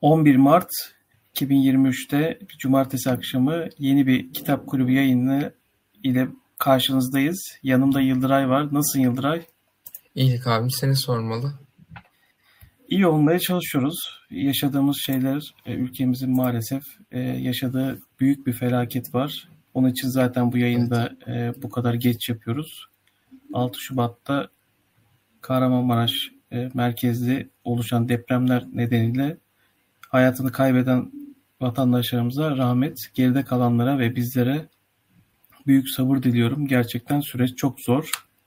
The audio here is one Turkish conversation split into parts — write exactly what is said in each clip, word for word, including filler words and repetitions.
on bir Mart iki bin yirmi üçte Cumartesi akşamı yeni bir kitap kulübü yayını ile karşınızdayız. Yanımda Yıldıray var. Nasılsın Yıldıray? İyilik abim seni sormalı. İyi olmaya çalışıyoruz. Yaşadığımız şeyler, e, ülkemizin maalesef e, yaşadığı büyük bir felaket var. Onun için zaten bu yayında e, bu kadar geç yapıyoruz. altı Şubat'ta Kahramanmaraş e, merkezli oluşan depremler nedeniyle hayatını kaybeden vatandaşlarımıza rahmet, geride kalanlara ve bizlere büyük sabır diliyorum. Gerçekten süreç çok zor.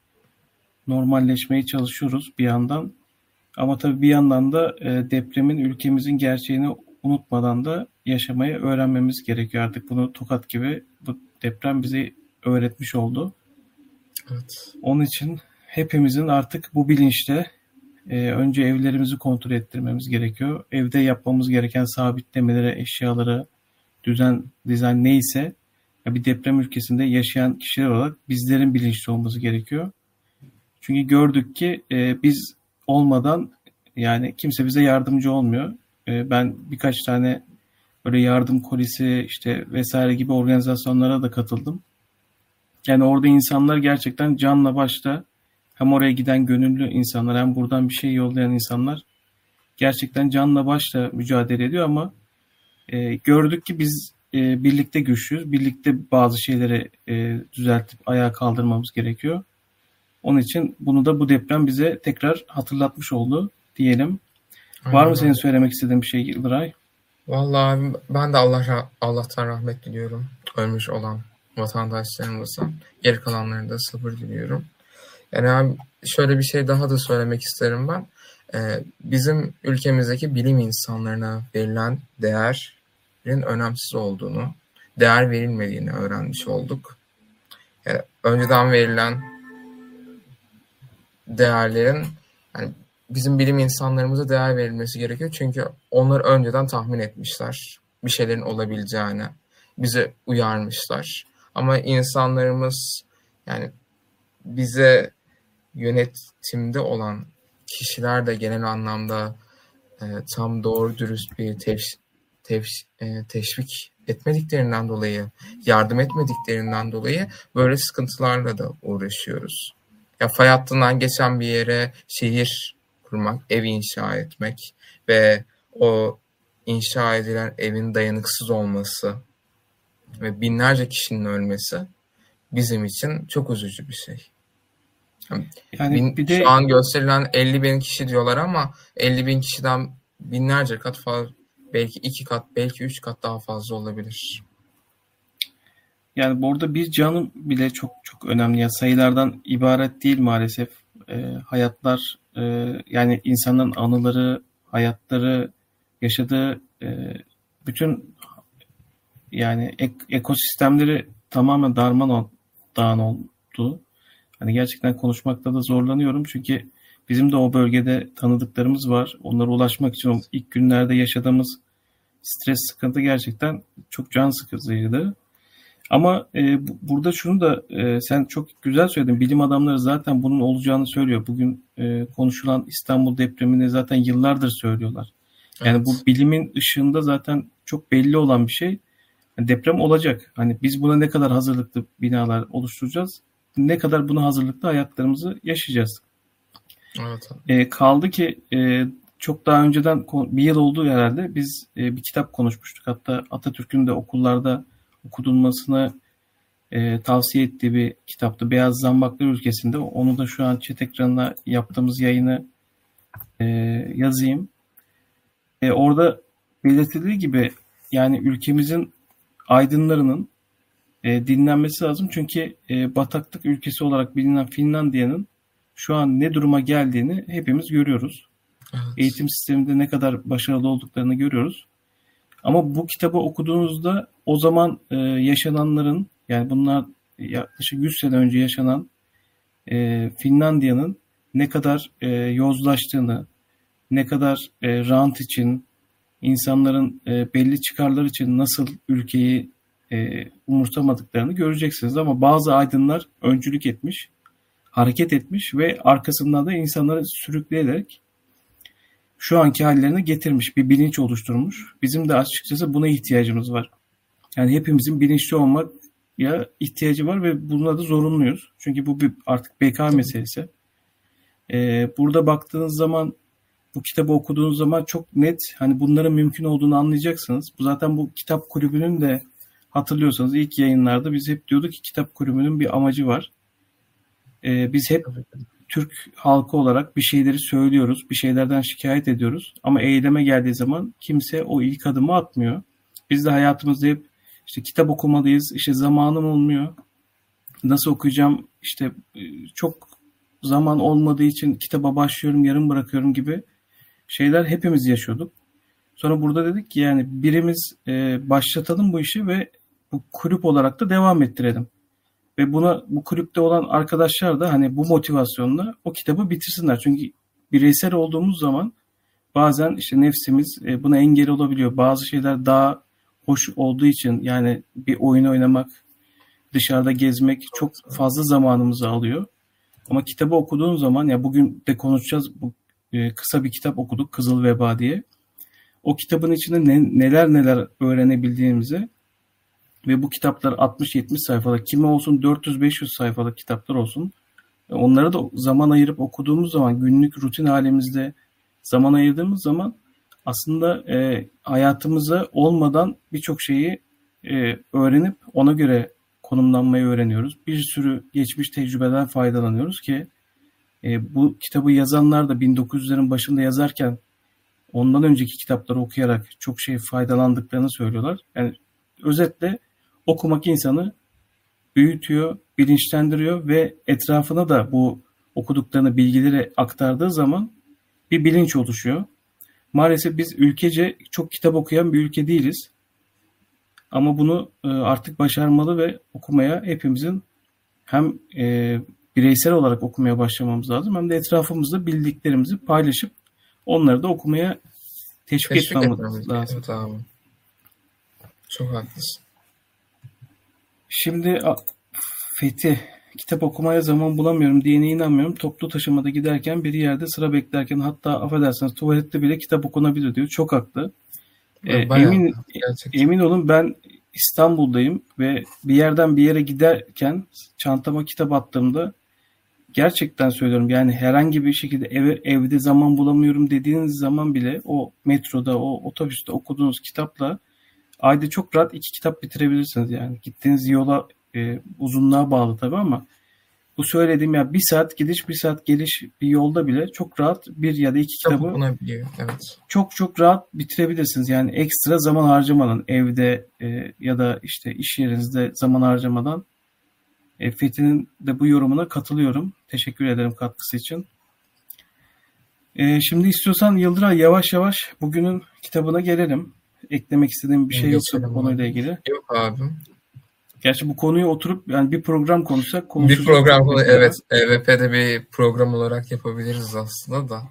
Normalleşmeye çalışıyoruz bir yandan. Ama tabii bir yandan da e, depremin ülkemizin gerçeğini unutmadan da yaşamayı öğrenmemiz gerekiyor. Artık bunu tokat gibi bu deprem bize öğretmiş oldu. Evet. Onun için hepimizin artık bu bilinçle e, önce evlerimizi kontrol ettirmemiz gerekiyor. Evde yapmamız gereken sabitlemelere, eşyaları, düzen, dizayn neyse ya bir deprem ülkesinde yaşayan kişiler olarak bizlerin bilinçli olması gerekiyor. Çünkü gördük ki e, biz olmadan yani kimse bize yardımcı olmuyor. E, ben birkaç tane böyle yardım kolisi işte vesaire gibi organizasyonlara da katıldım. Yani orada insanlar gerçekten canla başla hem oraya giden gönüllü insanlar hem buradan bir şey yollayan insanlar gerçekten canla başla mücadele ediyor ama e, gördük ki biz e, birlikte güçlüyüz. Birlikte bazı şeyleri e, düzeltip ayağa kaldırmamız gerekiyor. Onun için bunu da bu deprem bize tekrar hatırlatmış oldu diyelim. Aynen Var mı senin öyle. söylemek istediğin bir şey Yıldıray? Vallahi abim ben de Allah Allah'tan rahmet diliyorum. Ölmüş olan vatandaşlarımıza. Geri kalanlarına da sabır diliyorum. Yani abi şöyle bir şey daha da söylemek isterim ben. Ee, bizim ülkemizdeki bilim insanlarına verilen değerin önemsiz olduğunu, değer verilmediğini öğrenmiş olduk. Yani önceden verilen değerlerin yani bizim bilim insanlarımıza değer verilmesi gerekiyor. Çünkü onlar önceden tahmin etmişler bir şeylerin olabileceğini, bizi uyarmışlar. Ama insanlarımız yani bize yönetimde olan kişiler de genel anlamda e, tam doğru dürüst bir teş, teş, e, teşvik etmediklerinden dolayı, yardım etmediklerinden dolayı böyle sıkıntılarla da uğraşıyoruz. Ya fay hattından geçen bir yere şehir kurmak, ev inşa etmek ve o inşa edilen evin dayanıksız olması ve binlerce kişinin ölmesi bizim için çok üzücü bir şey. Yani Yani bin, bir şu de an gösterilen elli bin kişi diyorlar ama elli bin kişiden binlerce kat fazla, belki iki kat, belki üç kat daha fazla olabilir. yani burada bir canım bile çok çok önemli. Ya sayılardan ibaret değil maalesef. E, hayatlar e, yani insanların anıları, hayatları, yaşadığı e, bütün yani ek, ekosistemleri tamamen darmadağın oldu. Hani gerçekten konuşmakta da zorlanıyorum çünkü bizim de o bölgede tanıdıklarımız var. Onlara ulaşmak için o ilk günlerde yaşadığımız stres, sıkıntı gerçekten çok can sıkıcıydı. Ama e, bu- burada şunu da e, sen çok güzel söyledin. Bilim adamları zaten bunun olacağını söylüyor. Bugün e, konuşulan İstanbul depremini zaten yıllardır söylüyorlar. Yani bu Evet, bilimin ışığında zaten çok belli olan bir şey. Yani deprem olacak. Hani biz buna ne kadar hazırlıklı binalar oluşturacağız, ne kadar buna hazırlıklı hayatlarımızı yaşayacağız. evet. E, kaldı ki e, çok daha önceden bir yıl oldu herhalde biz e, bir kitap konuşmuştuk. Hatta Atatürk'ün de okullarda okutulmasını e, tavsiye ettiği bir kitaptı. Beyaz Zambaklar Ülkesi'nde. Onu da şu an chat ekranına yaptığımız yayını e, yazayım. E, orada belirtildiği gibi yani ülkemizin aydınlarının e, dinlenmesi lazım. Çünkü e, bataklık ülkesi olarak bilinen Finlandiya'nın şu an ne duruma geldiğini hepimiz görüyoruz. Evet. Eğitim sisteminde ne kadar başarılı olduklarını görüyoruz. Ama bu kitabı okuduğunuzda o zaman e, yaşananların yani bunlar yaklaşık yüz sene önce yaşanan e, Finlandiya'nın ne kadar e, yozlaştığını, ne kadar e, rant için, insanların e, belli çıkarlar için nasıl ülkeyi e, umursamadıklarını göreceksiniz. Ama bazı aydınlar öncülük etmiş, hareket etmiş ve arkasından da insanları sürükleyerek şu anki hallerine getirmiş, bir bilinç oluşturmuş. Bizim de açıkçası buna ihtiyacımız var. Yani hepimizin bilinçli olmak ya ihtiyacı var ve buna da zorunluyuz. Çünkü bu bir artık beka meselesi. Ee, burada baktığınız zaman, bu kitabı okuduğunuz zaman çok net hani bunların mümkün olduğunu anlayacaksınız. Bu zaten bu kitap kulübünün de hatırlıyorsanız ilk yayınlarda biz hep diyorduk ki kitap kulübünün bir amacı var. Ee, biz hep Türk halkı olarak bir şeyleri söylüyoruz, bir şeylerden şikayet ediyoruz. Ama eyleme geldiği zaman kimse o ilk adımı atmıyor. Biz de hayatımızda hep işte kitap okumalıyız, işte zamanım olmuyor. Nasıl okuyacağım, işte çok zaman olmadığı için kitaba başlıyorum, yarım bırakıyorum gibi şeyler hepimiz yaşıyorduk. Sonra burada dedik ki yani birimiz e, başlatalım bu işi ve bu kulüp olarak da devam ettirelim. Ve buna bu kulüpte olan arkadaşlar da hani bu motivasyonla o kitabı bitirsinler. Çünkü bireysel olduğumuz zaman bazen işte nefsimiz e, buna engel olabiliyor. Bazı şeyler daha hoş olduğu için yani bir oyun oynamak, dışarıda gezmek çok fazla zamanımızı alıyor. Ama kitabı okuduğun zaman ya bugün de konuşacağız. Bu e, kısa bir kitap okuduk Kızıl Veba diye. O kitabın içinde ne, neler neler öğrenebildiğimizi ve bu kitaplar altmış yetmiş sayfalık, kimi olsun dört yüz beş yüz sayfalık kitaplar olsun. Onları da zaman ayırıp okuduğumuz zaman günlük rutin halimizde zaman ayırdığımız zaman aslında e, hayatımıza olmadan birçok şeyi e, öğrenip ona göre konumlanmayı öğreniyoruz. Bir sürü geçmiş tecrübeden faydalanıyoruz ki e, bu kitabı yazanlar da bin dokuz yüzlerin başında yazarken ondan önceki kitapları okuyarak çok şey faydalandıklarını söylüyorlar. Yani özetle okumak insanı büyütüyor, bilinçlendiriyor ve etrafına da bu okuduklarını, bilgileri aktardığı zaman bir bilinç oluşuyor. Maalesef biz ülkece çok kitap okuyan bir ülke değiliz. Ama bunu artık başarmalı ve okumaya hepimizin hem e, bireysel olarak okumaya başlamamız lazım hem de etrafımızda bildiklerimizi paylaşıp onları da okumaya teşvik, Teşvik etmemiz etmemiz lazım. Evet abi. Çok haklısın. Şimdi Fethi, kitap okumaya zaman bulamıyorum diyene inanmıyorum. Toplu taşımada giderken bir yerde sıra beklerken hatta affedersiniz tuvalette bile kitap okunabilir diyor. Çok haklı. Ee, emin gerçekten. Emin olun ben İstanbul'dayım ve bir yerden bir yere giderken çantama kitap attığımda gerçekten söylüyorum yani herhangi bir şekilde eve, evde zaman bulamıyorum dediğiniz zaman bile o metroda, o otobüste okuduğunuz kitapla ayda çok rahat iki kitap bitirebilirsiniz yani. Gittiğiniz yola e, uzunluğa bağlı tabii ama bu söylediğim ya bir saat gidiş bir saat geliş bir yolda bile çok rahat bir ya da iki kitabı evet. çok çok rahat bitirebilirsiniz. Yani ekstra zaman harcamadan evde e, ya da işte iş yerinizde zaman harcamadan e, Fethi'nin de bu yorumuna katılıyorum. Teşekkür ederim katkısı için. E, şimdi istiyorsan Yıldıray yavaş yavaş bugünün kitabına gelelim. Eklemek istediğim bir şey yoksa bu konuyla ilgili. Yok abi. Gerçi bu konuyu oturup yani bir program konuşsak konuşacak. Bir program konu evet. E V P'de bir program olarak yapabiliriz aslında da.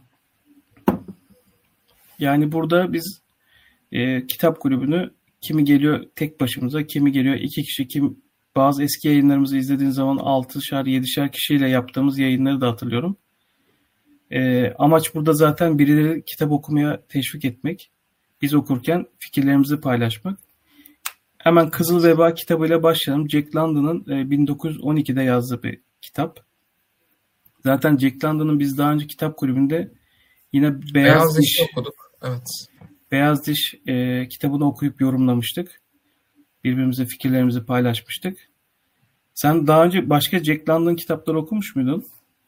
Yani burada biz e, kitap kulübünü kimi geliyor tek başımıza, kimi geliyor iki kişi, kim bazı eski yayınlarımızı izlediğiniz zaman altışar yedişer kişiyle yaptığımız yayınları da hatırlıyorum. E, amaç burada zaten birileri kitap okumaya teşvik etmek. Biz okurken fikirlerimizi paylaşmak. Hemen Kızıl Veba kitabıyla başlayalım. Jack London'ın bin dokuz yüz on ikide yazdığı bir kitap. Zaten Jack London'ın biz daha önce kitap kulübünde yine Beyaz, Beyaz Diş okuduk. Evet. Beyaz Diş e, kitabını okuyup yorumlamıştık. Birbirimize fikirlerimizi paylaşmıştık. Sen daha önce başka Jack London kitapları okumuş muydun?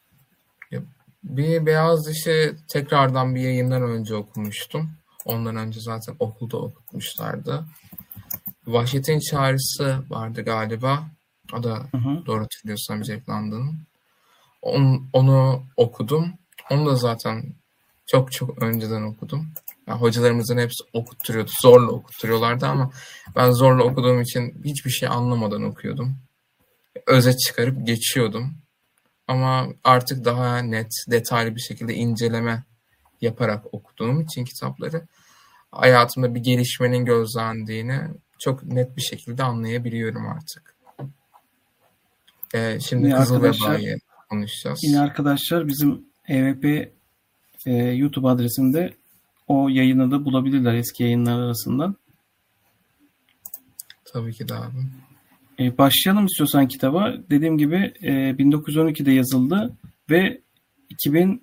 Bir Beyaz Diş'i tekrardan bir yayından önce okumuştum. Ondan önce zaten okulda okutmuşlardı. Vahşetin Çağrısı vardı galiba. O da hı hı. Doğru hatırlıyorsam Jack London'ın. Onu, onu okudum. Onu da zaten çok çok önceden okudum. Yani hocalarımızın hepsi okutturuyordu. Zorla okutturuyorlardı ama ben zorla okuduğum için hiçbir şey anlamadan okuyordum. Özet çıkarıp geçiyordum. Ama artık daha net, detaylı bir şekilde inceleme yaparak okuduğum için kitapları hayatımda bir gelişmenin gözlendiğini çok net bir şekilde anlayabiliyorum artık. Ee, şimdi yine Kızıl Veba'yı konuşacağız. Yine arkadaşlar bizim E V P e, YouTube adresinde o yayını da bulabilirler eski yayınlar arasından. Tabii ki de abi. Ee, başlayalım istiyorsan kitaba. Dediğim gibi e, bin dokuz yüz on ikide yazıldı ve iki bin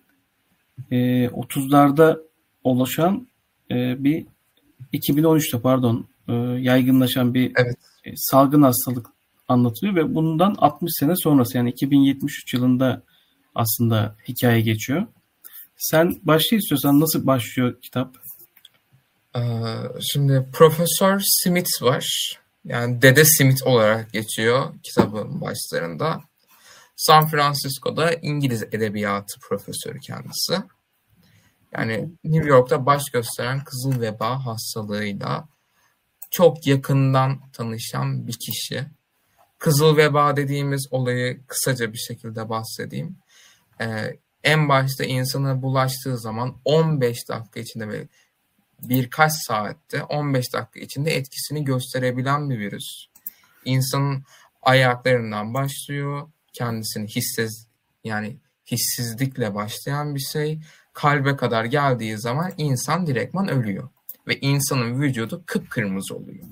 otuzlarda ulaşan e, bir iki bin on üçte pardon e, yaygınlaşan bir Evet. e, salgın hastalık anlatılıyor ve bundan altmış sene sonrası, yani iki bin yetmiş üç yılında aslında hikaye geçiyor. Sen başla istiyorsan, nasıl başlıyor kitap? Ee, şimdi Profesör Smith var. Yani Dede Smith olarak geçiyor kitabın başlarında. San Francisco'da İngiliz edebiyatı profesörü kendisi. Yani New York'ta baş gösteren kızıl veba hastalığıyla çok yakından tanışan bir kişi. Kızıl veba dediğimiz olayı kısaca bir şekilde bahsedeyim. Ee, en başta insana bulaştığı zaman on beş dakika içinde ve birkaç saatte on beş dakika içinde etkisini gösterebilen bir virüs. İnsanın ayaklarından başlıyor, kendisini hissiz, yani hissizlikle başlayan bir şey. Kalbe kadar geldiği zaman insan direktman ölüyor ve insanın vücudu kıpkırmızı oluyor.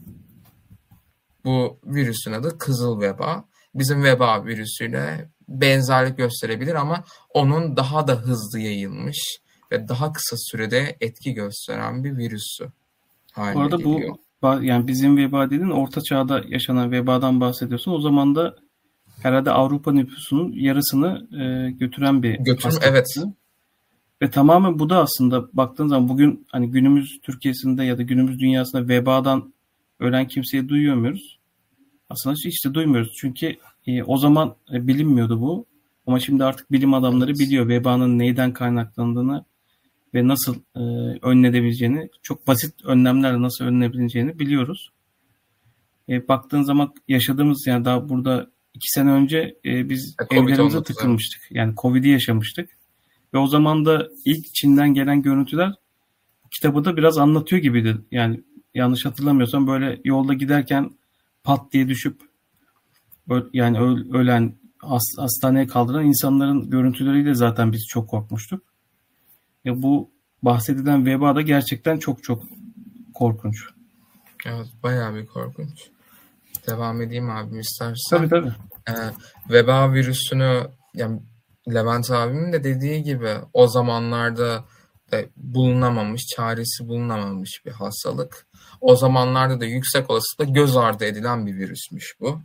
Bu virüsün adı kızıl veba. Bizim veba virüsüyle benzerlik gösterebilir ama onun daha da hızlı yayılmış ve daha kısa sürede etki gösteren bir virüsü Bu haline arada geliyor. bu, yani bizim veba dediğin orta çağda yaşanan vebadan bahsediyorsun. O zaman da herhalde Avrupa nüfusunun yarısını e, götüren bir Götürüm, hastalıktı. evet. Ve tamamen bu da aslında baktığın zaman bugün hani günümüz Türkiye'sinde ya da günümüz dünyasında vebadan ölen kimseyi duyuyor muyuz? Aslında hiç de duymuyoruz. Çünkü e, o zaman e, bilinmiyordu bu. Ama şimdi artık bilim adamları Evet. biliyor vebanın neyden kaynaklandığını ve nasıl e, önlenebileceğini, çok basit önlemlerle nasıl önlenebileceğini biliyoruz. E, baktığın zaman yaşadığımız, yani daha burada iki sene önce e, biz E, Covid evlerimize on dokuz, tıkılmıştık. Yani Covid'i yaşamıştık. Ve o zaman da ilk Çin'den gelen görüntüler kitabı da biraz anlatıyor gibiydi. Yani yanlış hatırlamıyorsam böyle yolda giderken pat diye düşüp yani ölen, hastaneye kaldıran insanların görüntüleriyle zaten biz çok korkmuştuk. Ya bu bahsedilen veba da gerçekten çok çok korkunç. Evet, bayağı bir korkunç. Devam edeyim abim istersen. Tabii tabii. Ee, veba virüsünü, yani Levent abimin de dediği gibi o zamanlarda da bulunamamış, çaresi bulunamamış bir hastalık. O zamanlarda da yüksek olasılıkla göz ardı edilen bir virüsmüş bu.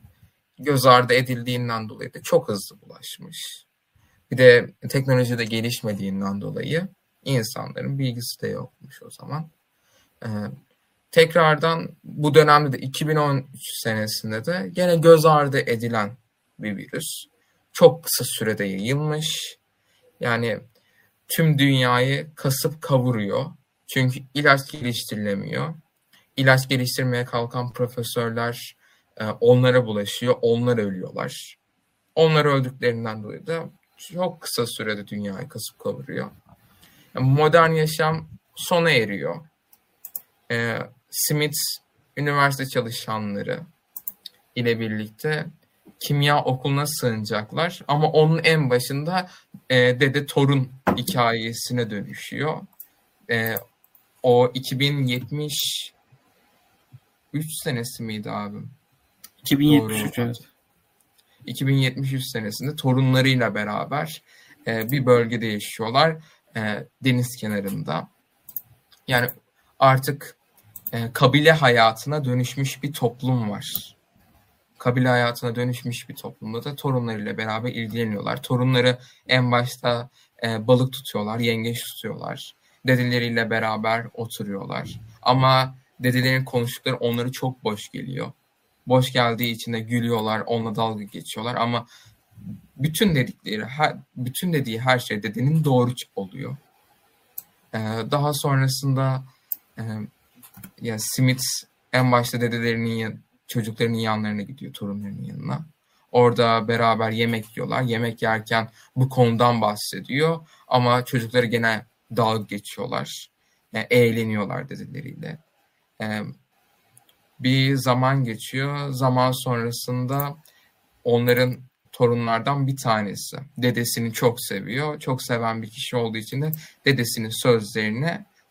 Göz ardı edildiğinden dolayı da çok hızlı bulaşmış. Bir de teknoloji de gelişmediğinden dolayı insanların bilgisi de yokmuş o zaman. Ee, tekrardan bu dönemde de iki bin on üç senesinde de gene göz ardı edilen bir virüs. Çok kısa sürede yayılmış. Yani tüm dünyayı kasıp kavuruyor. Çünkü ilaç geliştirilemiyor. İlaç geliştirmeye kalkan profesörler e, onlara bulaşıyor, onlar ölüyorlar. Onlar öldüklerinden dolayı da çok kısa sürede dünyayı kasıp kavuruyor. Yani modern yaşam sona eriyor. E, Smith üniversite çalışanları ile birlikte kimya okuluna sığınacaklar. Ama onun en başında e, dede torun hikayesine dönüşüyor. E, o iki bin yetmiş üç senesi miydi abim? iki bin yetmiş üç, evet. iki bin yetmiş üç senesinde torunlarıyla beraber e, bir bölgede yaşıyorlar. E, deniz kenarında. Yani artık e, kabile hayatına dönüşmüş bir toplum var. Kabile hayatına dönüşmüş bir toplumda da torunlarıyla beraber ilgileniyorlar. Torunları en başta e, balık tutuyorlar, yengeç tutuyorlar. Dedeleriyle beraber oturuyorlar. Ama dedelerin konuştukları onları çok boş geliyor. Boş geldiği için de gülüyorlar, onunla dalga geçiyorlar. Ama bütün dedikleri, her, bütün dediği her şey dedenin doğru oluyor. E, daha sonrasında e, ya Smith en başta dedelerinin çocuklarının yanlarına gidiyor, torunlarının yanına. Orada beraber yemek yiyorlar. Yemek yerken bu konudan bahsediyor. Ama çocukları gene dalga geçiyorlar. Yani eğleniyorlar dedeleriyle. Ee, bir zaman geçiyor. Zaman sonrasında onların torunlardan bir tanesi dedesini çok seviyor. Çok seven bir kişi olduğu için de dedesinin sözlerine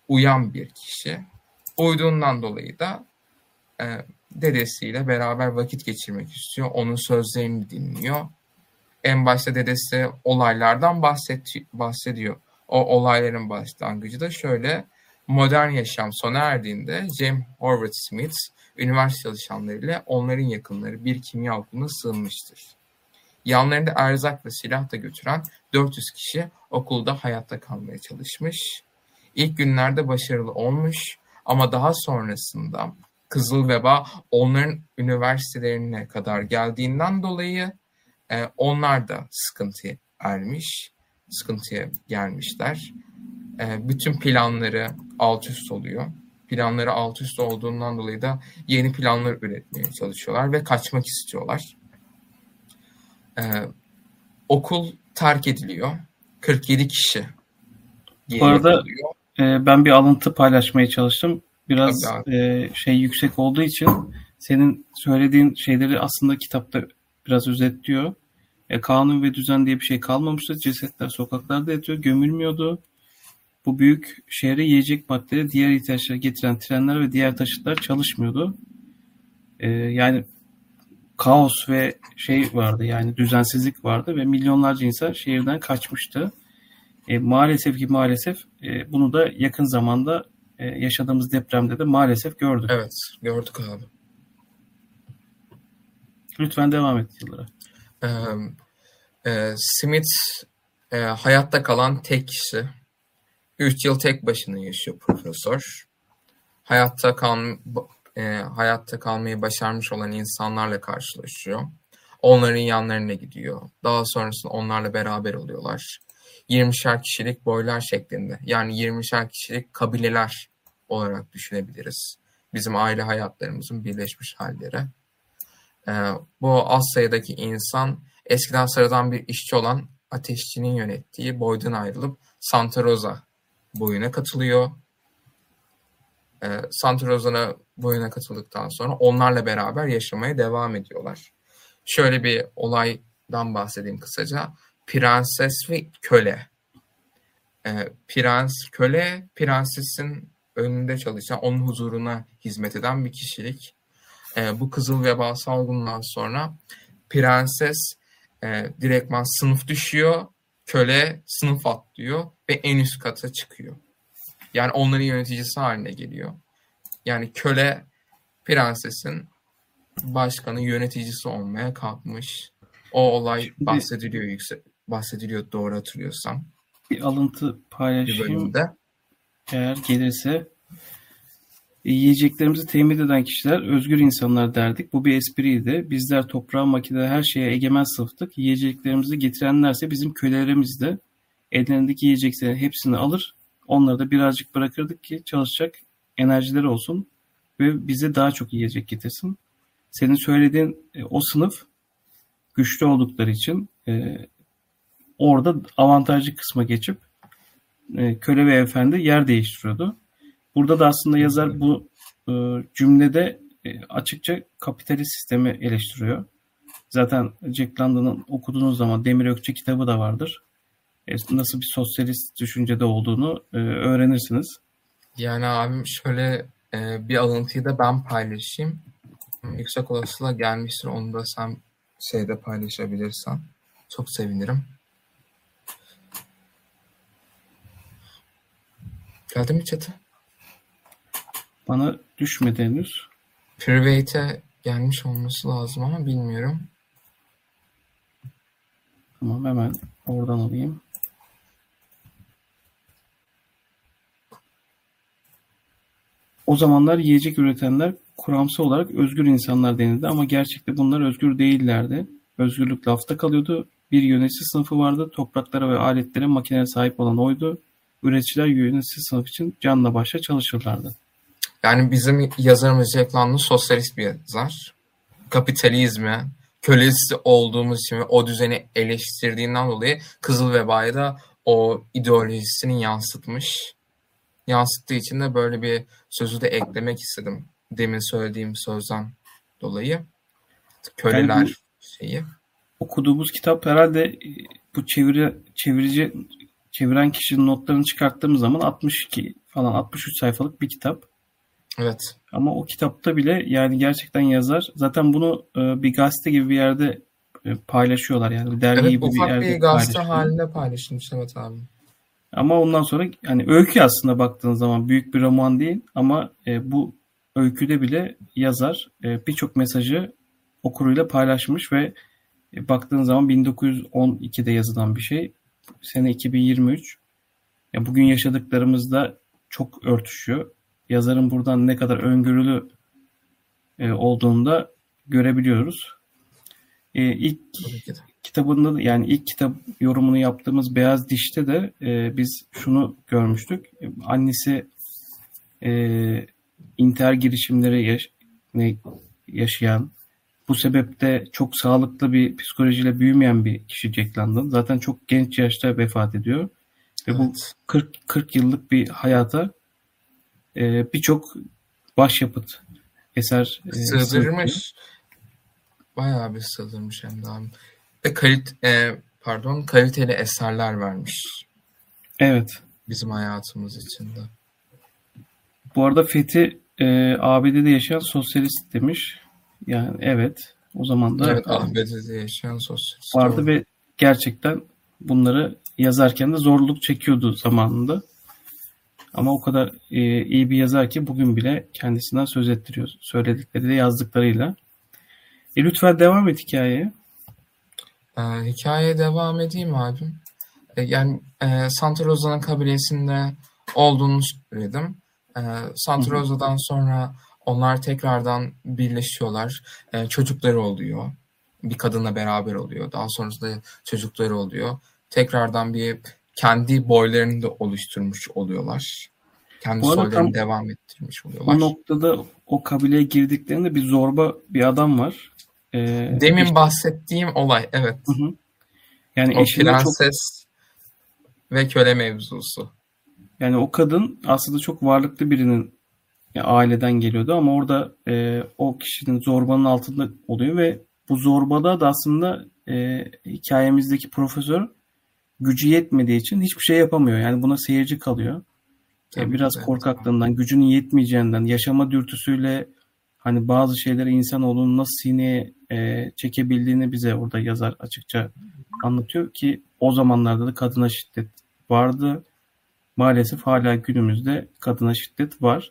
uyan bir kişi. Uyduğundan dolayı da e, dedesiyle beraber vakit geçirmek istiyor. Onun sözlerini dinliyor. En başta dedesi olaylardan bahset, bahsediyor. O olayların başlangıcı da şöyle: modern yaşam sona erdiğinde James Howard Smith üniversite çalışanlarıyla onların yakınları bir kimya okuluna sığınmıştır. Yanlarında erzak ve silah da götüren dört yüz kişi okulda hayatta kalmaya çalışmış. İlk günlerde başarılı olmuş ama daha sonrasında Kızıl Veba onların üniversitelerine kadar geldiğinden dolayı e, onlar da sıkıntıya ermiş, sıkıntıya gelmişler. E, bütün planları alt üst oluyor. Planları alt üst olduğundan dolayı da yeni planlar üretmeye çalışıyorlar ve kaçmak istiyorlar. E, okul terk ediliyor. kırk yedi kişi Bu arada e, ben bir alıntı paylaşmaya çalıştım. Biraz e, şey yüksek olduğu için senin söylediğin şeyleri aslında kitapta biraz özetliyor. E, kanun ve düzen diye bir şey kalmamıştı. Cesetler sokaklarda yatıyor, gömülmüyordu. Bu büyük şehre yiyecek maddeleri, diğer ihtiyaçları getiren trenler ve diğer taşıtlar çalışmıyordu. E, yani kaos ve şey vardı, yani düzensizlik vardı ve milyonlarca insan şehirden kaçmıştı. E, maalesef ki maalesef e, bunu da yakın zamanda e, yaşadığımız depremde de maalesef gördük. Evet, gördük abi. Lütfen devam et Yıldıray. Ee, e, Smith e, hayatta kalan tek kişi. Üç yıl tek başına yaşıyor profesör. Hayatta kal e, hayatta kalmayı başarmış olan insanlarla karşılaşıyor. Onların yanlarına gidiyor. Daha sonrasında onlarla beraber oluyorlar. yirmişer kişilik boylar şeklinde. Yani yirmişer kişilik kabileler olarak düşünebiliriz. Bizim aile hayatlarımızın birleşmiş halleri. Ee, bu az sayıdaki insan eskiden sıradan bir işçi olan ateşçinin yönettiği boydan ayrılıp Santa Rosa boyuna katılıyor. Ee, Santa Rosa'na boyuna katıldıktan sonra onlarla beraber yaşamaya devam ediyorlar. Şöyle bir olaydan bahsedeyim kısaca. Prenses ve köle. Ee, prens, köle, prensesin önünde çalışan, onun huzuruna hizmet eden bir kişilik. Ee, bu Kızıl Veba salgından sonra prenses e, direktman sınıf düşüyor, köle sınıf atlıyor ve en üst kata çıkıyor. Yani onların yöneticisi haline geliyor. Yani köle prensesin başkanı, yöneticisi olmaya kalkmış. O olay Şimdi, bahsediliyor yüksek bahsediliyor doğru hatırlıyorsam. Bir alıntı paylaşayım. Bir Eğer gelirse, yiyeceklerimizi temin eden kişiler özgür insanlar derdik. Bu bir espriydi. Bizler toprağa, makinede, her şeye egemen sınıftık. Yiyeceklerimizi getirenlerse bizim kölelerimizdi. Ellerindeki yiyeceklerin hepsini alır. Onları da birazcık bırakırdık ki çalışacak enerjileri olsun ve bize daha çok yiyecek getirsin. Senin söylediğin e, o sınıf güçlü oldukları için e, orada avantajlı kısma geçip e, köle ve efendi yer değiştiriyordu. Burada da aslında yazar bu e, cümlede e, açıkça kapitalist sistemi eleştiriyor. Zaten Jack London'ın okuduğunuz zaman Demir Ökçe kitabı da vardır. E, nasıl bir sosyalist düşüncede olduğunu e, öğrenirsiniz. Yani abim şöyle e, bir alıntıyı da ben paylaşayım. Yüksek olasılıkla gelmiştir. Onu da sen şeyde paylaşabilirsen çok sevinirim. Geldi mi chat'e? Bana düşmedi henüz. Private'e gelmiş olması lazım ama bilmiyorum. Tamam, hemen oradan alayım. O zamanlar yiyecek üretenler kuramsal olarak özgür insanlar denildi ama gerçekte bunlar özgür değillerdi. Özgürlük lafta kalıyordu. Bir yönetici sınıfı vardı. Topraklara ve aletlere, makinelere sahip olan oydu. Üreticiler yönetici sınıf için canla başla çalışırlardı. Yani bizim yazarımız Jack London sosyalist bir yazar. Kapitalizmi, kölesi olduğumuz için ve o düzeni eleştirdiğinden dolayı Kızıl Veba'yı da o ideolojisini yansıtmış. Yansıttığı için de böyle bir sözü de eklemek istedim. Demin söylediğim sözden dolayı. Köleler yani şeyi. Okuduğumuz kitap herhalde bu çeviri, çevirici çeviren kişinin notlarını çıkarttığımız zaman altmış iki falan altmış üç sayfalık bir kitap. Evet. Ama o kitapta bile yani gerçekten yazar. Zaten bunu e, bir gazete gibi bir yerde e, paylaşıyorlar. Yani bir dergi Evet, gibi bir ufak yerde bir gazete paylaşıyorlar. halinde paylaşılmış, evet abi. Ama ondan sonra hani öykü aslında baktığın zaman büyük bir roman değil ama e, bu öyküde bile yazar e, birçok mesajı okuruyla paylaşmış ve e, baktığın zaman bin dokuz yüz on ikide yazılan bir şey. Sene iki bin yirmi üç. Ya bugün yaşadıklarımızda çok örtüşüyor. Yazarın buradan ne kadar öngörülü e, olduğunu da görebiliyoruz. E, ilk Tabii ki de. kitabında da yani ilk kitap yorumunu yaptığımız Beyaz Diş'te de e, biz şunu görmüştük. E, Annesi e, intihar girişimleri yaş- ne- yaşayan, bu sebeple çok sağlıklı bir psikolojiyle büyümeyen bir kişi Jack London. Zaten çok genç yaşta vefat ediyor. Ve bu Evet. kırk kırk yıllık bir hayata e, birçok başyapıt eser e, sığdırıyor. Sığdırmış. Bayağı bir sığdırmış hem de abi. Ve kalit e, pardon kaliteli eserler vermiş Evet. bizim hayatımız içinde. Bu arada Fethi e, A B D'de yaşayan sosyalist demiş. Yani evet. O zaman da Evet, e, A B D'de yaşayan sosyalist, vardı doğru. ve gerçekten bunları yazarken de zorluk çekiyordu zamanında. Ama o kadar e, iyi bir yazar ki bugün bile kendisinden söz ettiriyor. Söyledikleri de yazdıklarıyla. E, lütfen devam et hikayeye. Ee, hikayeye devam edeyim abim. E, yani e, Santa Rosa'nın kabilesinde olduğunu söyledim. E, Hı Santa hı. Rosa'dan sonra onlar tekrardan birleşiyorlar. E, çocukları oluyor. Bir kadınla beraber oluyor. Daha sonrasında çocukları oluyor. Tekrardan bir kendi boylarını da oluşturmuş oluyorlar. Kendi Bu arada tam soylarını devam ettirmiş o oluyorlar. noktada o kabileye girdiklerinde bir zorba bir adam var. E, Demin eşi, bahsettiğim olay, evet. hı hı. Yani O eşine çok prenses ve köle mevzusu. yani o kadın aslında çok varlıklı birinin ya aileden geliyordu ama orada e, o kişinin zorbanın altında oluyor ve bu zorbada da aslında e, hikayemizdeki profesör gücü yetmediği için hiçbir şey yapamıyor. Yani buna seyirci kalıyor. E, Tabii ki biraz de, evet. korkaklığından, gücünün yetmeyeceğinden, yaşama dürtüsüyle hani bazı şeyleri insanoğlunun nasıl sineye e, çekebildiğini bize orada yazar açıkça anlatıyor ki o zamanlarda da kadına şiddet vardı. Maalesef hala günümüzde kadına şiddet var.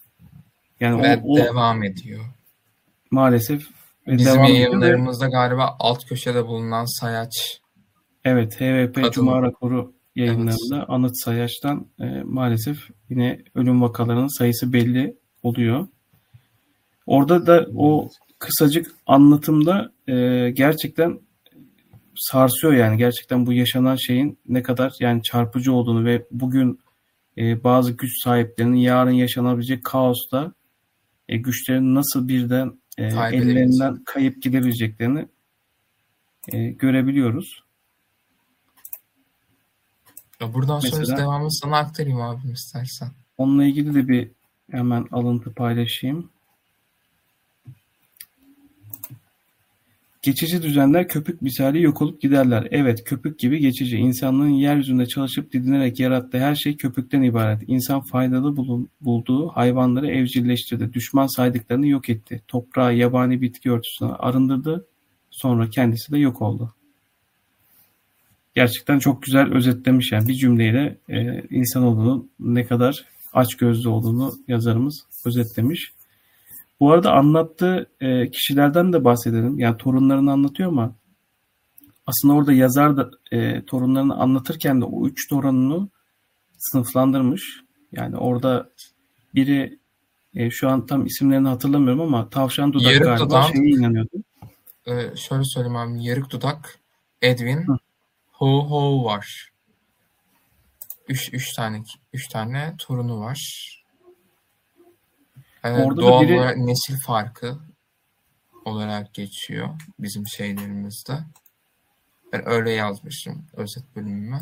Yani o, Ve o devam ediyor. maalesef e, Bizim devam ediyor ve yayınlarımızda galiba alt köşede bulunan sayaç evet H V P Cuma kadın. raporu Evet. yayınlarında Anıt Sayaç'tan e, maalesef yine ölüm vakalarının sayısı belli oluyor. Orada da o kısacık anlatımda e, gerçekten sarsıyor yani gerçekten bu yaşanan şeyin ne kadar yani çarpıcı olduğunu ve bugün e, bazı güç sahiplerinin yarın yaşanabilecek kaosta e, güçlerin nasıl birden e, Kaybedebileceğim. ellerinden kayıp gidebileceklerini e, görebiliyoruz. Ya buradan sonrası Mesela devamını sana aktarayım abim istersen. onunla ilgili de bir hemen alıntı paylaşayım. Geçici düzenler köpük misali yok olup giderler. Evet, köpük gibi geçici. İnsanlığın yeryüzünde çalışıp didinerek yarattığı her şey köpükten ibaret. İnsan faydalı bulun, bulduğu hayvanları evcilleştirdi. Düşman saydıklarını yok etti. Toprağı yabani bitki örtüsüne arındırdı. Sonra kendisi de yok oldu. Gerçekten çok güzel özetlemiş yani bir cümleyle e, insanoğlunun ne kadar açgözlü olduğunu yazarımız özetlemiş. Bu arada anlattığı e, kişilerden de bahsedelim. Yani torunlarını anlatıyor ama aslında orada yazar da e, torunlarını anlatırken de o üç torununu sınıflandırmış. Yani orada biri e, şu an tam isimlerini hatırlamıyorum ama Tavşan Dudak Yarık galiba dudak, şeye inanıyordu. e, şöyle söyleyeyim abi. Yarık dudak, Edwin, Hı. Ho Ho var. Üç, üç tane üç tane torunu var. E, Orada da doğal biri olarak nesil farkı olarak geçiyor bizim şeylerimizde. Ben öyle yazmışım özet bölümüme.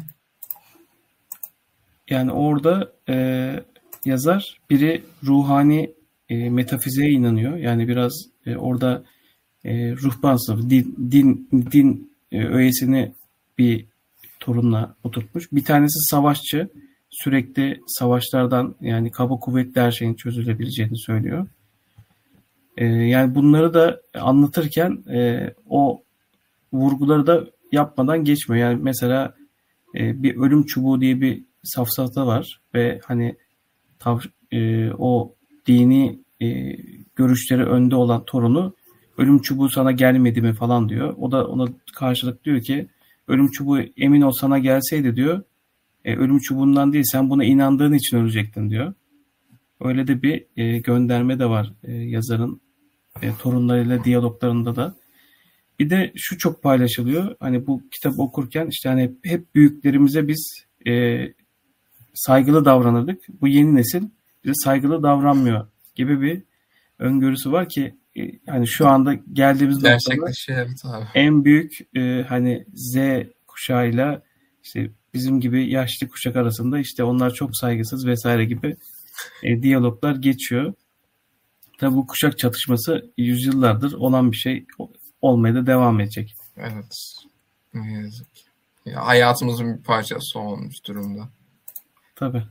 yani orada e, yazar biri ruhani e, metafiziğe inanıyor. Yani biraz e, orada e, ruhban sınıfı, din, din, din e, öğesini bir torunla oturtmuş. Bir tanesi savaşçı. sürekli savaşlardan, yani kaba kuvvetle her şeyin çözülebileceğini söylüyor. E, yani bunları da anlatırken e, o vurguları da yapmadan geçmiyor. Yani mesela e, bir ölüm çubuğu diye bir safsata var ve hani tav, e, o dini e, görüşleri önde olan torunu ölüm çubuğu sana gelmedi mi falan diyor. O da ona karşılık diyor ki ölüm çubuğu emin ol sana gelseydi diyor. E, ölüm çubuğundan değil sen buna inandığın için ölecektin diyor. Öyle de bir e, gönderme de var e, yazarın e, torunlarıyla diyaloglarında da. Bir de şu çok paylaşılıyor. Hani bu kitabı okurken işte hani hep büyüklerimize biz e, saygılı davranırdık. Bu yeni nesil bize saygılı davranmıyor gibi bir öngörüsü var ki e, hani şu anda geldiğimiz noktada Gerçekleşiyor, evet abi. en büyük e, hani Z kuşağıyla işte bizim gibi yaşlı kuşak arasında işte onlar çok saygısız vesaire gibi e, diyaloglar geçiyor. Tabi bu kuşak çatışması yüzyıllardır olan bir şey, olmaya da devam edecek. Evet. Ne yazık ki. Ya, hayatımızın bir parçası olmuş durumda. Tabii.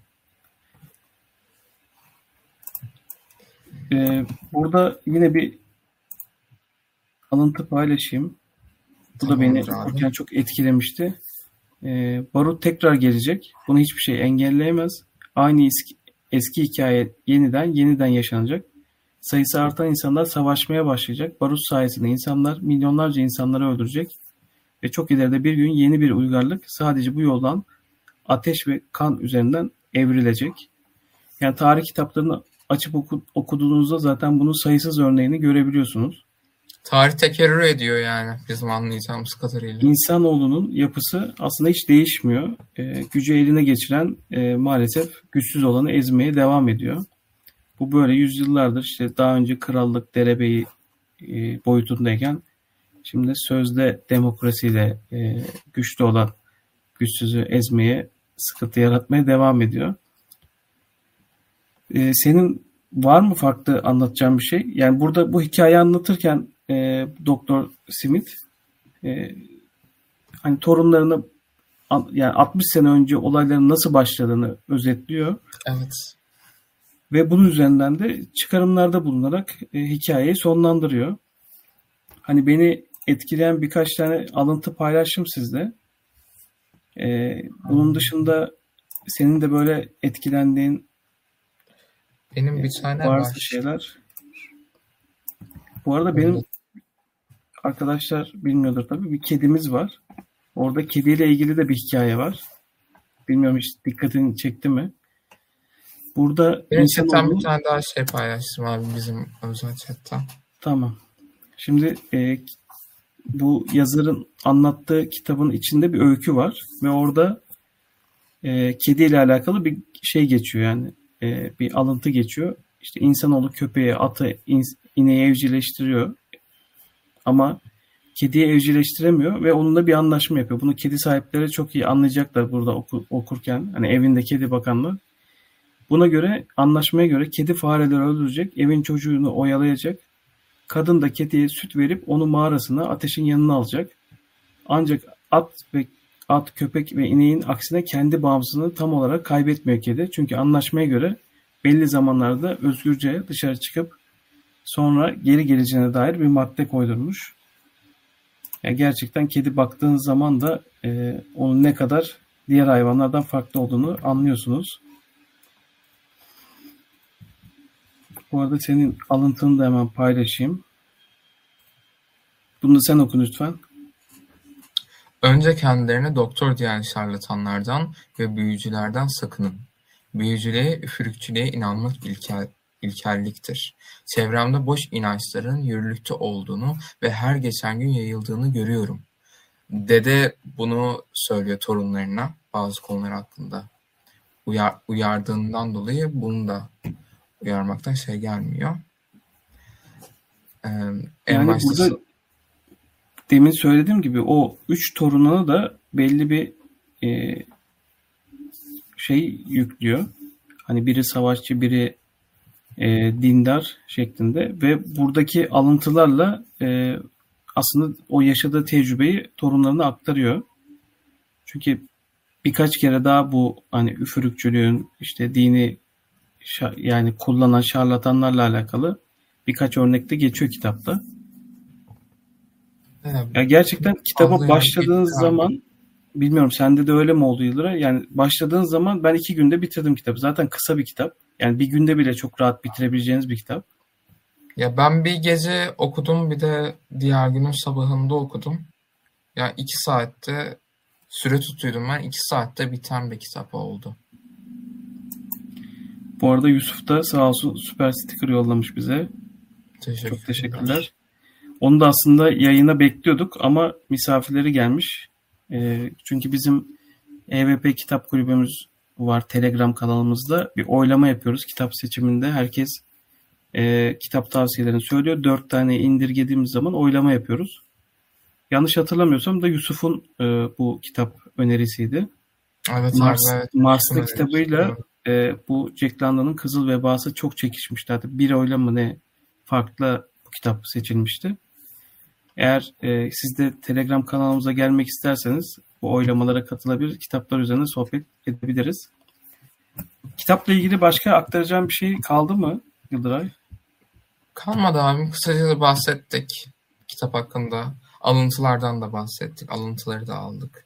Ee, burada yine bir alıntı paylaşayım. Bu da beni Tamamdır abi. okurken çok etkilemişti. Ee, barut tekrar gelecek. Bunu hiçbir şey engelleyemez. Aynı eski, eski hikaye yeniden yeniden yaşanacak. Sayısı artan insanlar savaşmaya başlayacak. Barut sayesinde insanlar milyonlarca insanları öldürecek. Ve çok ileride bir gün yeni bir uygarlık sadece bu yoldan ateş ve kan üzerinden evrilecek. Yani tarih kitaplarını açıp oku, okuduğunuzda zaten bunun sayısız örneğini görebiliyorsunuz. Tarih tekerrür ediyor yani bizim anlayacağımız kadarıyla. İnsanoğlunun yapısı aslında hiç değişmiyor. E, gücü eline geçiren e, maalesef güçsüz olanı ezmeye devam ediyor. Bu böyle yüzyıllardır işte daha önce krallık, derebeyi e, boyutundayken şimdi sözde demokrasiyle e, güçlü olan güçsüzü ezmeye, sıkıntı yaratmaya devam ediyor. E, senin var mı farklı anlatacağın bir şey? Yani burada bu hikayeyi anlatırken e, Doktor Smith e, hani torunlarını yani altmış sene önce olayların nasıl başladığını özetliyor. Evet. Ve bunun üzerinden de çıkarımlarda bulunarak e, hikayeyi sonlandırıyor. Hani beni etkileyen birkaç tane alıntı paylaştım sizle. E, bunun dışında senin de böyle etkilendiğin Benim bir tane varsa var. şeyler. Bu arada benim arkadaşlar bilmiyordur tabii bir kedimiz var. Orada kediyle ilgili de bir hikaye var. Bilmiyorum hiç dikkatini çekti mi? Burada Benim insan chatten olduğunu... bir tane daha şey paylaştım abi bizim özel chatten. Tamam. Şimdi e, bu yazarın anlattığı kitabın içinde bir öykü var ve orada e, kediyle alakalı bir şey geçiyor yani e, bir alıntı geçiyor. İşte insanoğlu köpeği, atı, in, ineği evcilleştiriyor ama kediyi evcilleştiremiyor ve onunla bir anlaşma yapıyor. Bunu kedi sahipleri çok iyi anlayacaklar burada oku, okurken. Hani evinde kedi bakanlığı. Buna göre anlaşmaya göre kedi fareleri öldürecek, evin çocuğunu oyalayacak. Kadın da kediye süt verip onu mağarasına ateşin yanına alacak. Ancak at ve at, köpek ve ineğin aksine kendi bağımsızlığını tam olarak kaybetmiyor kedi. Çünkü anlaşmaya göre belli zamanlarda özgürce dışarı çıkıp sonra geri geleceğine dair bir madde koydurmuş. Yani gerçekten kedi baktığınız zaman da e, onun ne kadar diğer hayvanlardan farklı olduğunu anlıyorsunuz. Bu arada senin alıntını da hemen paylaşayım. Bunu da sen oku lütfen. Önce kendilerine doktor diyen şarlatanlardan ve büyücülerden sakının. Büyücülüğe, üfürükçülüğe inanmak ilkel, ilkelliktir. Çevremde boş inançların yürürlükte olduğunu ve her geçen gün yayıldığını görüyorum. Dede bunu söylüyor torunlarına bazı konular hakkında. Uyar, uyardığından dolayı bunu da uyarmaktan şey gelmiyor. Ee, en Yani başta burada demin söylediğim gibi o üç torununa da belli bir e, şey yüklüyor. Hani biri savaşçı, biri e, dindar şeklinde ve buradaki alıntılarla e, aslında o yaşadığı tecrübeyi torunlarına aktarıyor. Çünkü birkaç kere daha bu hani üfürükçülüğün işte dini yani kullanan şarlatanlarla alakalı birkaç örnek de geçiyor kitapta. Evet, Ya gerçekten kitaba başladığınız yani. zaman, bilmiyorum sende de öyle mi oldu Yıldıray? Yani başladığın zaman ben iki günde bitirdim kitabı. Zaten kısa bir kitap. Yani bir günde bile çok rahat bitirebileceğiniz bir kitap. Ya ben bir gece okudum, bir de diğer günün sabahında okudum. Ya iki saatte süre tutuyordum ben. iki saatte biten bir kitap oldu. Bu arada Yusuf da sağ olsun süper sticker yollamış bize. Teşekkürler. Çok teşekkürler. Onu da aslında yayına bekliyorduk ama misafirleri gelmiş. E, çünkü bizim E V P Kitap Kulübümüz var Telegram kanalımızda. Bir oylama yapıyoruz kitap seçiminde. Herkes e, kitap tavsiyelerini söylüyor. Dört tane indirgediğimiz zaman oylama yapıyoruz. Yanlış hatırlamıyorsam da Yusuf'un e, bu kitap önerisiydi. Evet Mars, abi, evet. Mars'ta kitabıyla e, bu Jack London'ın Kızıl Vebası çok çekişmişti. Hatta bir oyla mı ne farklı bu kitap seçilmişti. Eğer e, siz de Telegram kanalımıza gelmek isterseniz bu oylamalara katılabilir, kitaplar üzerine sohbet edebiliriz. Kitapla ilgili başka aktaracağım bir şey kaldı mı Yıldıray? Kalmadı abi. Kısaca da bahsettik kitap hakkında. Alıntılardan da bahsettik. Alıntıları da aldık.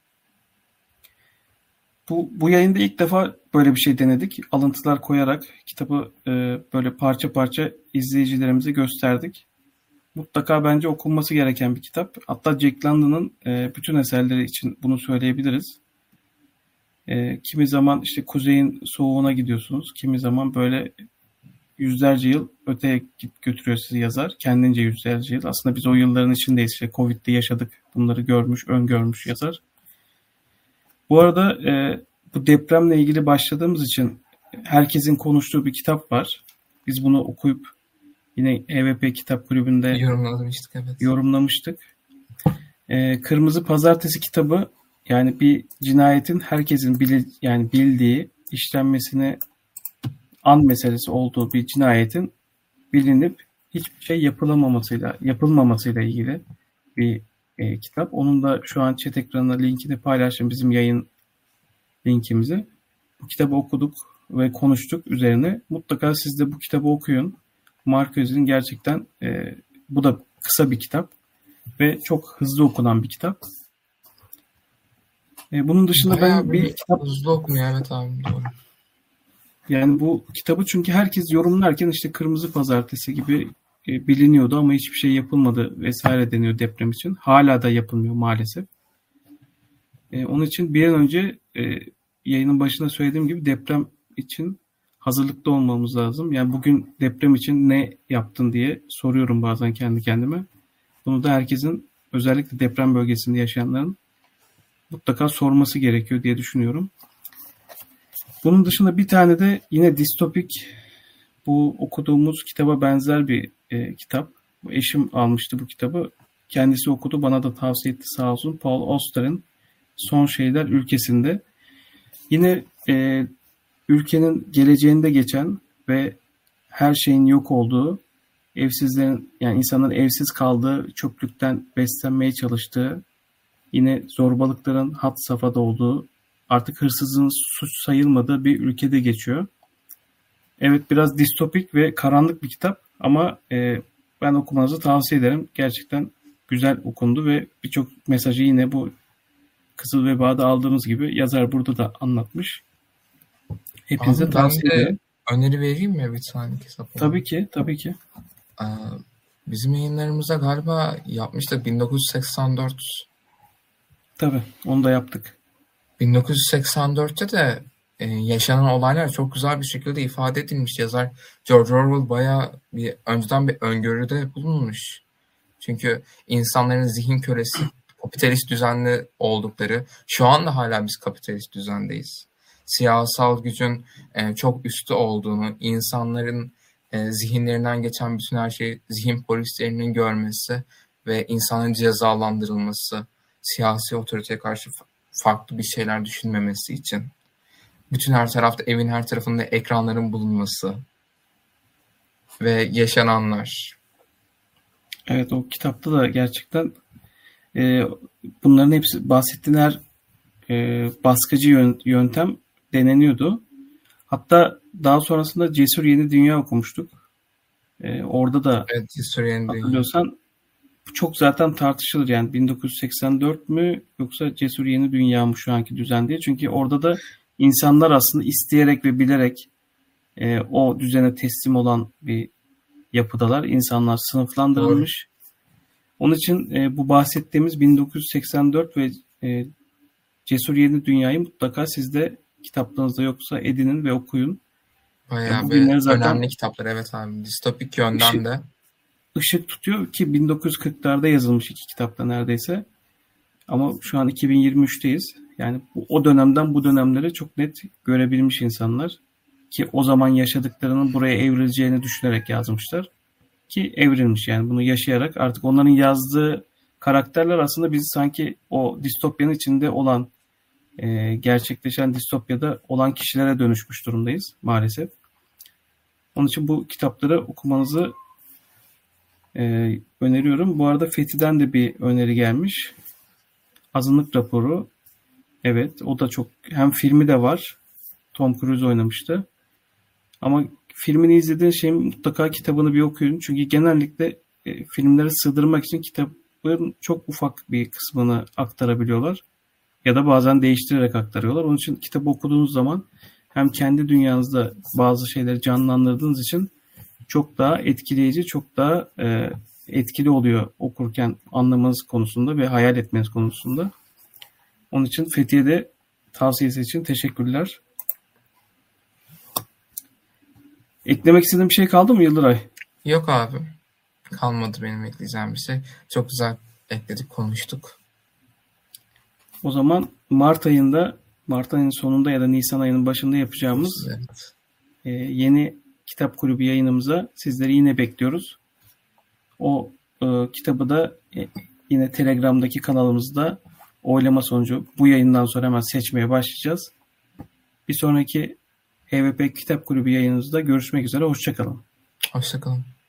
Bu, bu yayında ilk defa böyle bir şey denedik. Alıntılar koyarak kitabı e, böyle parça parça izleyicilerimize gösterdik. Mutlaka bence okunması gereken bir kitap. Hatta Jack London'ın e, bütün eserleri için bunu söyleyebiliriz. E, kimi zaman işte kuzeyin soğuğuna gidiyorsunuz. Kimi zaman böyle yüzlerce yıl öteye götürüyor sizi yazar. Kendince yüzlerce yıl. Aslında biz o yılların içindeyiz. İşte Covid'de yaşadık. Bunları görmüş, öngörmüş yazar. Bu arada e, bu depremle ilgili başladığımız için herkesin konuştuğu bir kitap var. Biz bunu okuyup yine E V P Kitap Kulübü'nde yorumlamıştık, evet. yorumlamıştık. E, Kırmızı Pazartesi kitabı, yani bir cinayetin herkesin bili, yani bildiği, işlenmesine an meselesi olduğu bir cinayetin bilinip hiçbir şey yapılamamasıyla yapılmamasıyla ilgili bir e, kitap. Onun da şu an chat ekranına linkini paylaştım, bizim yayın linkimizi. Bu kitabı okuduk ve konuştuk üzerine. Mutlaka siz de bu kitabı okuyun. Marquez'in gerçekten e, bu da kısa bir kitap ve çok hızlı okunan bir kitap. E, bunun dışında Bayağı ben bir, bir kitap hızlı okumuyor, evet abi, doğru. Yani bu kitabı çünkü herkes yorumlarken işte Kırmızı Pazartesi gibi e, biliniyordu ama hiçbir şey yapılmadı vesaire deniyor deprem için. Hala da yapılmıyor maalesef. E, onun için bir an önce e, yayının başında söylediğim gibi deprem için hazırlıklı olmamız lazım. Yani bugün deprem için ne yaptın diye soruyorum bazen kendi kendime. Bunu da herkesin, özellikle deprem bölgesinde yaşayanların mutlaka sorması gerekiyor diye düşünüyorum. Bunun dışında bir tane de yine distopik, bu okuduğumuz kitaba benzer bir e, kitap. Eşim almıştı bu kitabı. Kendisi okudu, bana da tavsiye etti sağ olsun. Paul Auster'in Son Şeyler Ülkesi'nde. Yine e, ülkenin geleceğinde geçen ve her şeyin yok olduğu, evsizlerin, yani insanların evsiz kaldığı, çöplükten beslenmeye çalıştığı, yine zorbalıkların had safhada olduğu, artık hırsızlığın suç sayılmadığı bir ülkede geçiyor. Evet, biraz distopik ve karanlık bir kitap ama e, ben okumanızı tavsiye ederim. Gerçekten güzel okundu ve birçok mesajı yine bu Kızıl Veba'da aldığımız gibi yazar burada da anlatmış. Hepinize Abi tavsiye ben de ederim. öneri vereyim mi bir tane kitap? Tabii ki, tabii ki. Ee, bizim yayınlarımızda galiba yapmıştık bin dokuz yüz seksen dört. Tabii, onu da yaptık. bin dokuz yüz seksen dörtte de e, yaşanan olaylar çok güzel bir şekilde ifade edilmiş. Yazar George Orwell bayağı bir önceden bir öngörüde bulunmuş. Çünkü insanların zihin kölesi, kapitalist düzenli oldukları, şu anda hala biz kapitalist düzendeyiz. Siyasal gücün e, çok üstü olduğunu, insanların e, zihinlerinden geçen bütün her şeyi zihin polislerinin görmesi ve insanın cezalandırılması, siyasi otoriteye karşı farklı bir şeyler düşünmemesi için. Bütün her tarafta, evin her tarafında ekranların bulunması ve yaşananlar. Evet, o kitapta da gerçekten e, bunların hepsi, bahsettiğin her e, baskıcı yön- yöntem deneniyordu. Hatta daha sonrasında Cesur Yeni Dünya okumuştuk. E, orada da Evet, Suriye'nin dünya. hatırlıyorsan çok zaten tartışılır yani bin dokuz yüz seksen dört mü yoksa Cesur Yeni Dünya mı şu anki düzen diye. Çünkü orada da insanlar aslında isteyerek ve bilerek e, o düzene teslim olan bir yapıdalar. İnsanlar sınıflandırılmış. Onun için e, bu bahsettiğimiz bin dokuz yüz seksen dört ve e, Cesur Yeni Dünya'yı mutlaka siz de kitaplarınızda yoksa edinin ve okuyun. Bayağı E, bir zaten önemli kitaplar, evet abi. Distopik yönden ışık, de. ışık tutuyor ki bin dokuz yüz kırklarda yazılmış iki kitapta neredeyse. Ama şu an iki bin yirmi üçteyiz. Yani bu, o dönemden bu dönemleri çok net görebilmiş insanlar. Ki o zaman yaşadıklarının buraya evrileceğini düşünerek yazmışlar. Ki evrilmiş yani bunu yaşayarak artık onların yazdığı karakterler aslında bizi sanki o distopyanın içinde olan e, gerçekleşen distopyada olan kişilere dönüşmüş durumdayız maalesef. Onun için bu kitapları okumanızı e, öneriyorum. Bu arada Fethi'den de bir öneri gelmiş. Azınlık Raporu. Evet, o da çok, hem filmi de var. Tom Cruise oynamıştı. Ama filmini izlediğiniz şeyin mutlaka kitabını bir okuyun. Çünkü genellikle e, filmleri sığdırmak için kitabın çok ufak bir kısmını aktarabiliyorlar. Ya da bazen değiştirerek aktarıyorlar. Onun için kitabı okuduğunuz zaman hem kendi dünyanızda bazı şeyleri canlandırdığınız için çok daha etkileyici, çok daha e, etkili oluyor okurken anlamanız konusunda ve hayal etmeniz konusunda. Onun için Fethiye'de tavsiyesi için teşekkürler. Eklemek istediğin bir şey kaldı mı Yıldıray? Yok abi. Kalmadı benim ekleyeceğim bir şey. Çok güzel ekledik, konuştuk. O zaman Mart ayında, Mart ayının sonunda ya da Nisan ayının başında yapacağımız Evet. e, yeni kitap kulübü yayınımıza sizleri yine bekliyoruz. O e, kitabı da e, yine Telegram'daki kanalımızda oylama sonucu bu yayından sonra hemen seçmeye başlayacağız. Bir sonraki H V P Kitap Kulübü yayınımızda görüşmek üzere. Hoşça kalın. Hoşça kalın.